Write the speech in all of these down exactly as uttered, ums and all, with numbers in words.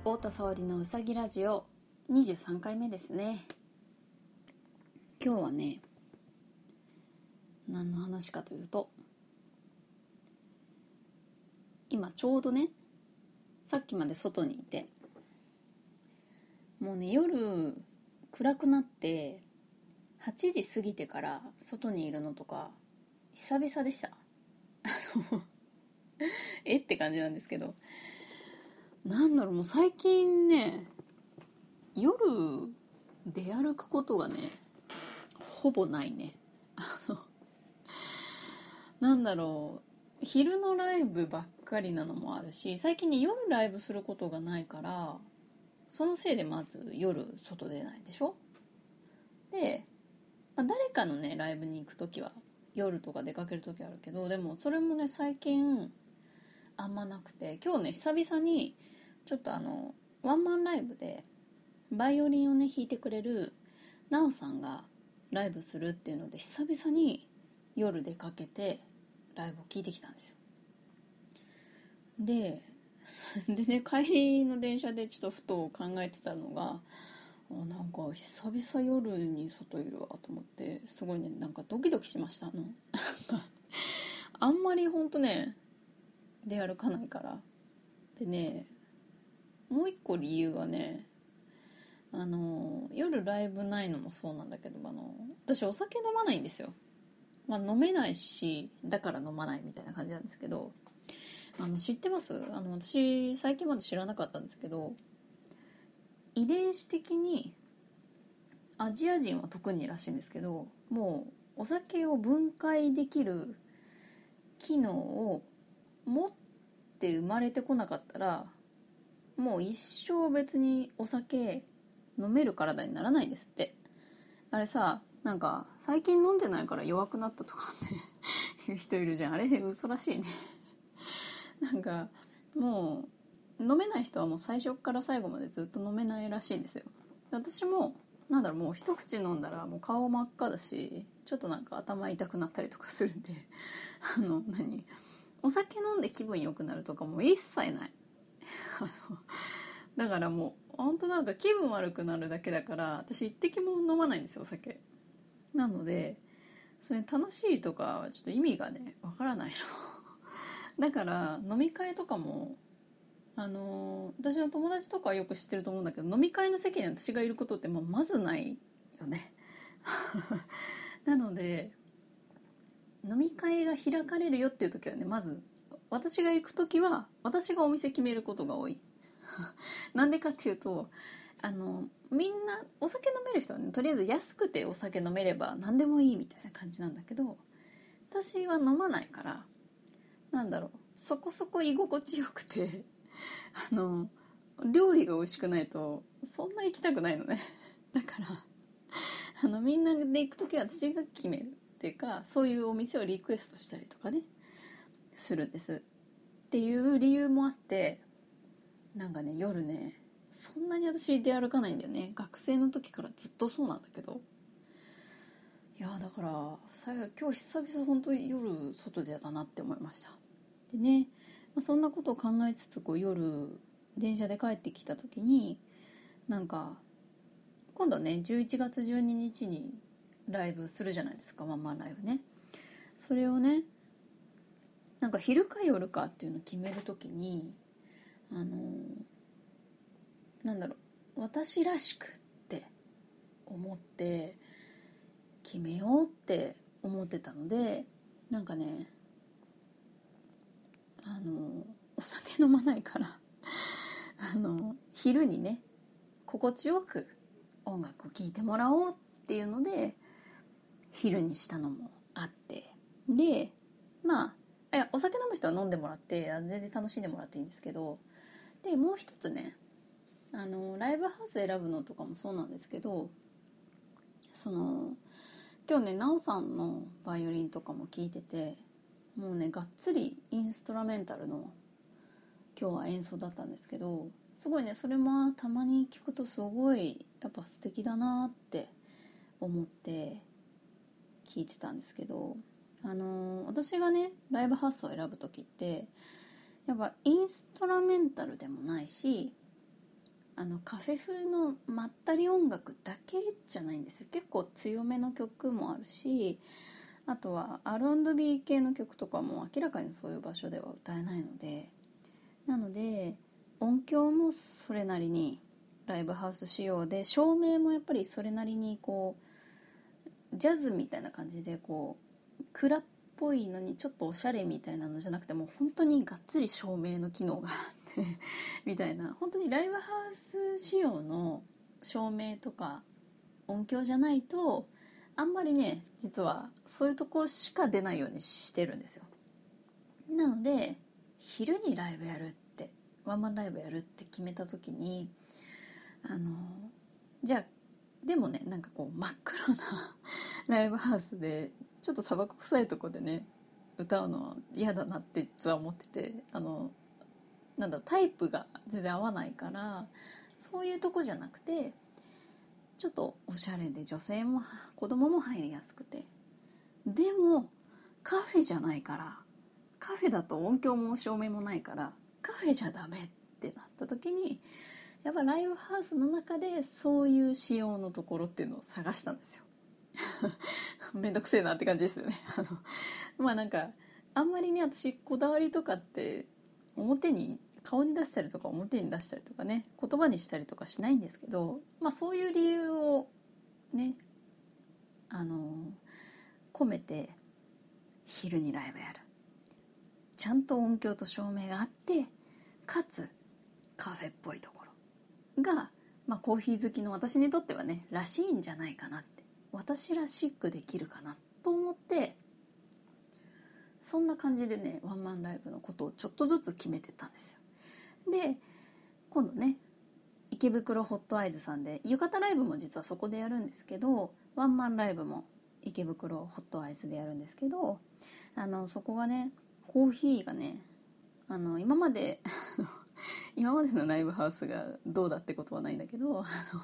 太田沙織のうさぎラジオにじゅうさんかいめですね。今日はね、何の話かというと、今ちょうどね、さっきまで外にいて、もうね、夜暗くなってはちじ過ぎてから外にいるのとか久々でした。えって感じなんですけど、なんだろう、もう最近ね、夜出歩くことがねほぼないね。あのなんだろう、昼のライブばっかりなのもあるし、最近ね夜ライブすることがないから、そのせいでまず夜外出ないでしょ。で、まあ、誰かのねライブに行くときは夜とか出かけるときあるけど、でもそれもね最近あんまなくて、今日ね久々にちょっとあのワンマンライブでバイオリンをね弾いてくれるナオさんがライブするっていうので、久々に夜出かけてライブを聴いてきたんですよ。ででね、帰りの電車でちょっとふと考えてたのが、あなんか久々夜に外いるわと思って、すごいねなんかドキドキしました。あのあんまりほんとね出歩かないから。でね、もう一個理由はね、あの夜ライブないのもそうなんだけど、あの私お酒飲まないんですよ。まあ飲めないし、だから飲まないみたいな感じなんですけど、あの知ってます？あの私最近まで知らなかったんですけど、遺伝子的にアジア人は特にらしいんですけど、もうお酒を分解できる機能を持って生まれてこなかったら、もう一生別にお酒飲める体にならないんですって。あれさ、なんか最近飲んでないから弱くなったとかね言う人いるじゃん。あれ嘘らしいね。なんかもう飲めない人はもう最初から最後までずっと飲めないらしいんですよ。私もなんだろう、もう一口飲んだらもう顔真っ赤だし、ちょっとなんか頭痛くなったりとかするんであの何お酒飲んで気分良くなるとかも一切ない。だからもう本当なんか気分悪くなるだけだから、私一滴も飲まないんですよお酒。なのでそれ楽しいとかはちょっと意味がねわからないのだから飲み会とかも、あのー私の友達とかはよく知ってると思うんだけど、飲み会の席に私がいることってまあまずないよねなので飲み会が開かれるよっていう時はね、まず私が行く時は私がお店決めることが多いなんでかっていうと、あのみんなお酒飲める人はね、とりあえず安くてお酒飲めれば何でもいいみたいな感じなんだけど、私は飲まないから、なんだろう、そこそこ居心地よくてあの料理が美味しくないとそんな行きたくないのねだからあのみんなで行く時は私が決めるっていうか、そういうお店をリクエストしたりとかねするんですっていう理由もあって、なんかね夜ねそんなに私出歩かないんだよね。学生の時からずっとそうなんだけど、いやだから今日久々本当に夜外出たなって思いました。でね、まあ、そんなことを考えつつこう夜電車で帰ってきた時に、なんか今度ねじゅういちがつじゅうににちにライブするじゃないですか、ワンマンライブね。それをね、なんか昼か夜かっていうのを決める時に、あのなんだろう、私らしくって思って決めようって思ってたので、なんかね、あのお酒飲まないからあの昼にね心地よく音楽を聴いてもらおうっていうので昼にしたのもあって、でまあいやお酒飲む人は飲んでもらって全然楽しんでもらっていいんですけど、でもう一つね、あのライブハウス選ぶのとかもそうなんですけど、その今日ねなおさんのバイオリンとかも聴いてて、もうねがっつりインストラメンタルの今日は演奏だったんですけど、すごいねそれもたまに聞くとすごいやっぱ素敵だなって思って聞いてたんですけど、あのー、私がねライブハウスを選ぶ時ってやっぱインストラメンタルでもないし、 あのカフェ風のまったり音楽だけじゃないんですよ。結構強めの曲もあるし、あとは アールアンドビー 系の曲とかも明らかにそういう場所では歌えないので、なので音響もそれなりにライブハウス仕様で、照明もやっぱりそれなりにこうジャズみたいな感じでこう暗っぽいのにちょっとおしゃれみたいなのじゃなくて、もう本当にがっつり照明の機能があってみたいな、本当にライブハウス仕様の照明とか音響じゃないとあんまりね、実はそういうとこしか出ないようにしてるんですよ。なので昼にライブやるって、ワンマンライブやるって決めた時に、あのじゃあでもね、なんかこう真っ黒なライブハウスでちょっとタバコ臭いとこでね歌うのは嫌だなって実は思ってて、あのなんだろう、タイプが全然合わないから、そういうとこじゃなくてちょっとおしゃれで女性も子供も入りやすくて、でもカフェじゃないから、カフェだと音響も照明もないからカフェじゃダメってなった時に、やっぱライブハウスの中でそういう仕様のところっていうのを探したんですよめんどくせえなって感じですよねあのまあなんかあんまりね、私こだわりとかって表に顔に出したりとか表に出したりとかね、言葉にしたりとかしないんですけど、まあそういう理由をね、あの込めて昼にライブやる、ちゃんと音響と照明があって、かつカフェっぽいところが、まあ、コーヒー好きの私にとってはねらしいんじゃないかなって、私らしくできるかなと思って、そんな感じでねワンマンライブのことをちょっとずつ決めてったんですよ。で今度ね池袋ホットアイズさんで浴衣ライブも実はそこでやるんですけど、ワンマンライブも池袋ホットアイズでやるんですけど、あのそこがねコーヒーがね、あの今まで今までのライブハウスがどうだってことはないんだけど、あの、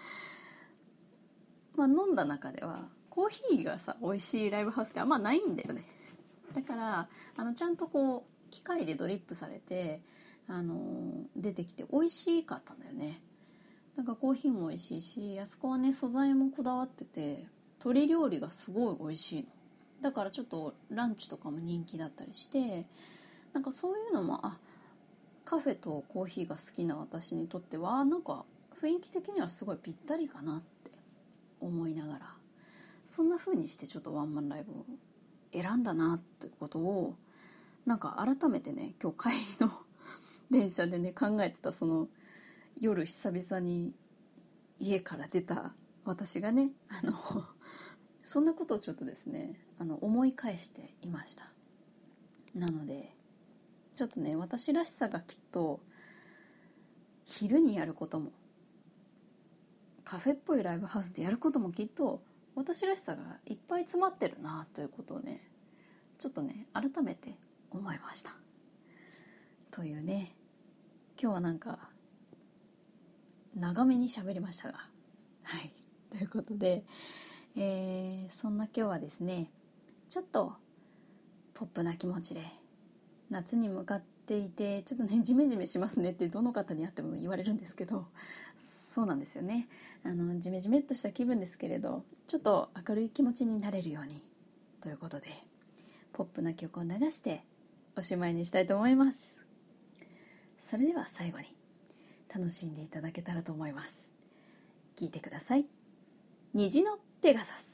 まあ、飲んだ中ではコーヒーがさ美味しいライブハウスってあんまないんだよね。だからあのちゃんとこう機械でドリップされて、あの出てきて美味しかったんだよね。なんかコーヒーも美味しいし、あそこはね素材もこだわってて鶏料理がすごい美味しいの。だからちょっとランチとかも人気だったりして、なんかそういうのも、あ、カフェとコーヒーが好きな私にとってはなんか雰囲気的にはすごいぴったりかなって思いながら、そんな風にしてちょっとワンマンライブを選んだなということを、なんか改めてね今日帰りの電車でね考えてた、その夜久々に家から出た私がね、あのそんなことをちょっとですねあの思い返していました。なのでちょっとね私らしさがきっと昼にやることもカフェっぽいライブハウスでやることもきっと私らしさがいっぱい詰まってるなということをねちょっとね改めて思いました。というね、今日はなんか長めに喋りましたが、はいということで、えー、そんな今日はですねちょっとポップな気持ちで夏に向かっていて、ちょっとねジメジメしますねってどの方に会っても言われるんですけど、そうなんですよね。あのジメジメっとした気分ですけれど、ちょっと明るい気持ちになれるようにということでポップな曲を流しておしまいにしたいと思います。それでは最後に楽しんでいただけたらと思います。聴いてください。虹のペガサス。